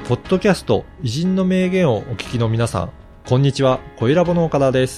ポッドキャスト偉人の名言をお聞きの皆さん、こんにちは。声ラボの岡田です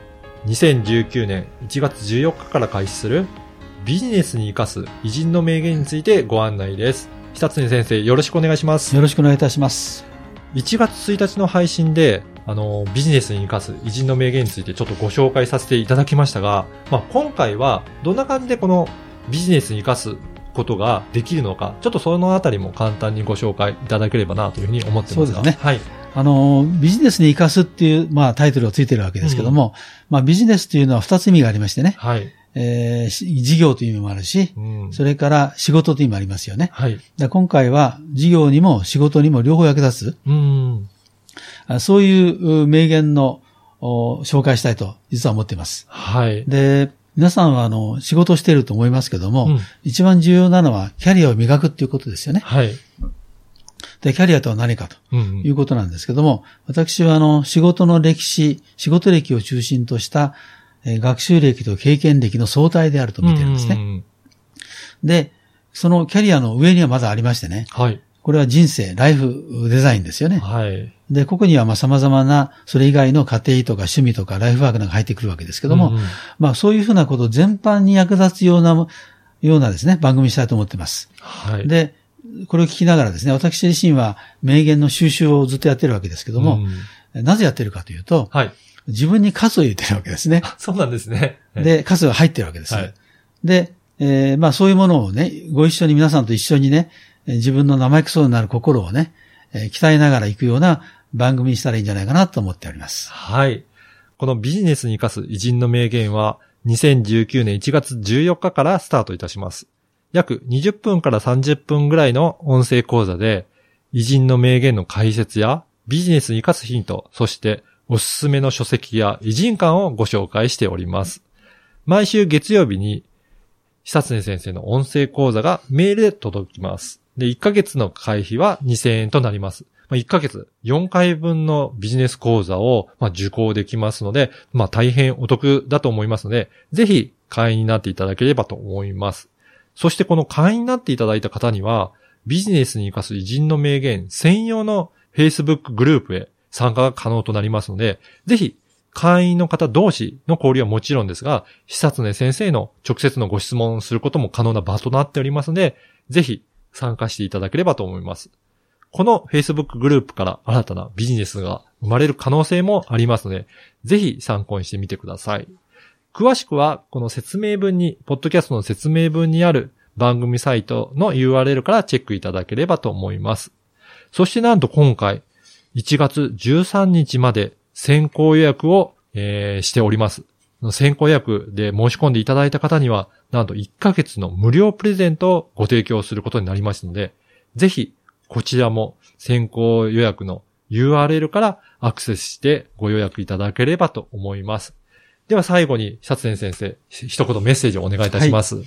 。2019年1月14日から開始するビジネスに生かす偉人の名言についてご案内です。久常先生、よろしくお願いします。 よろしくお願いいたします。 1月1日の配信でビジネスに生かす偉人の名言についてちょっとご紹介させていただきましたが、今回はどんな感じでこのビジネスに生かすことができるのか、ちょっとそのあたりも簡単にご紹介いただければなというふうに思ってますが。 そうですね。 はい。 ビジネスに生かすっていう、タイトルがついてるわけですけども、ビジネスというのは2つ意味がありましてね。はい。事業という意味もあるし、それから仕事という意味もありますよね。はい。今回は事業にも仕事にも両方役立つ。そういう名言の紹介したいと実は思っています。はい。で、皆さんは仕事をしていると思いますけども、一番重要なのはキャリアを磨くっていうことですよね。はい。で、キャリアとは何かということなんですけども、私は仕事の歴史、仕事歴を中心とした学習歴と経験歴の相対であると見てるんですね。で、そのキャリアの上にはまだありましてね。はい。これは人生、ライフデザインですよね。はい。で、ここには様々な、それ以外の家庭とか趣味とかライフワークなんか入ってくるわけですけども、そういうふうなこと全般に役立つようなですね、番組にしたいと思っています。はい。で、これを聞きながらですね、私自身は名言の収集をずっとやってるわけですけども、なぜやってるかというと、はい。自分に数を言ってるわけですね。 そうなんですね。 で、数が入ってるわけです。はい。で、そういうものをね、ご一緒に皆さんと一緒にね、自分の生意気そうになる心をね、鍛えながら行くような番組にしたらいいんじゃないかなと思っております。 はい。このビジネスに生かす偉人の名言は、2019年1月14日からスタートいたします。約20分から30分ぐらいの音声講座で、偉人の名言の解説やビジネスに生かすヒント、そしておすすめの書籍や偉人館をご紹介しております。毎週月曜日に、久常先生の音声講座がメールで届きます。で、1ヶ月の会費は2000円となります。1ヶ月4回分のビジネス講座を受講できますので、大変お得だと思いますので、ぜひ会員になっていただければと思います。そしてこの会員になっていただいた方には、ビジネスに生かす偉人の名言専用の Facebook グループへ参加が可能となりますので、ぜひ会員の方同士の交流はもちろんですが、久常先生の直接のご質問をすることも可能な場となっておりますので、ぜひ参加していただければと思います。この Facebook グループから新たなビジネスが生まれる可能性もありますので、ぜひ参考にしてみてください。詳しくは、この説明文に、ポッドキャストの説明文にある番組サイトの URL からチェックいただければと思います。そしてなんと今回、1月13日まで先行予約を、しております。先行予約で申し込んでいただいた方には、なんと1ヶ月の無料プレゼントをご提供することになりますので、ぜひ、こちらも先行予約の URL からアクセスしてご予約いただければと思います。では最後に、久常先生、一言メッセージをお願いいたします。はい。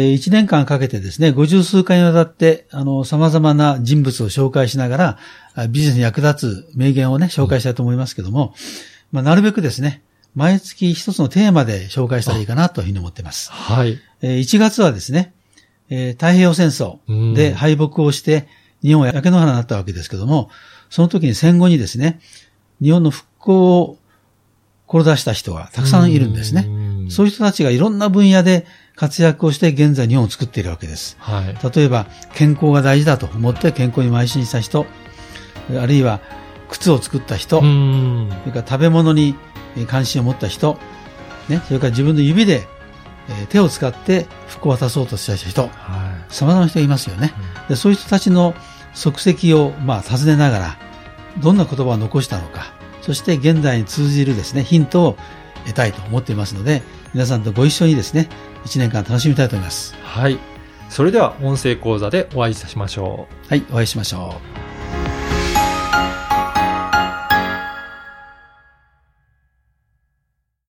1年間かけてですね、50数回にわたって、様々な人物を紹介しながら、ビジネスに役立つ名言をね、紹介したいと思いますけども、なるべくですね、毎月一つのテーマで紹介したらいいかなというふうに思っています。はい。1月はですね、太平洋戦争で敗北をして、日本は焼け野原になったわけですけども、その時に戦後にですね、日本の復興を志した人がたくさんいるんですね。そういう人たちがいろんな分野で活躍をして現在日本を作っているわけです。はい、例えば、健康が大事だと思って健康に邁進した人、あるいは靴を作った人、それから食べ物に関心を持った人、ね、それから自分の指で手を使って復興を渡そうとした人、様々な人がいますよね。で、そういう人たちの足跡を尋ねながら、どんな言葉を残したのか、そして現在に通じるですね、ヒントを得たいと思っていますので、皆さんとご一緒にですね、1年間楽しみたいと思います。 はい。それでは音声講座でお会いいたしましょう。 はい、お会いしましょう。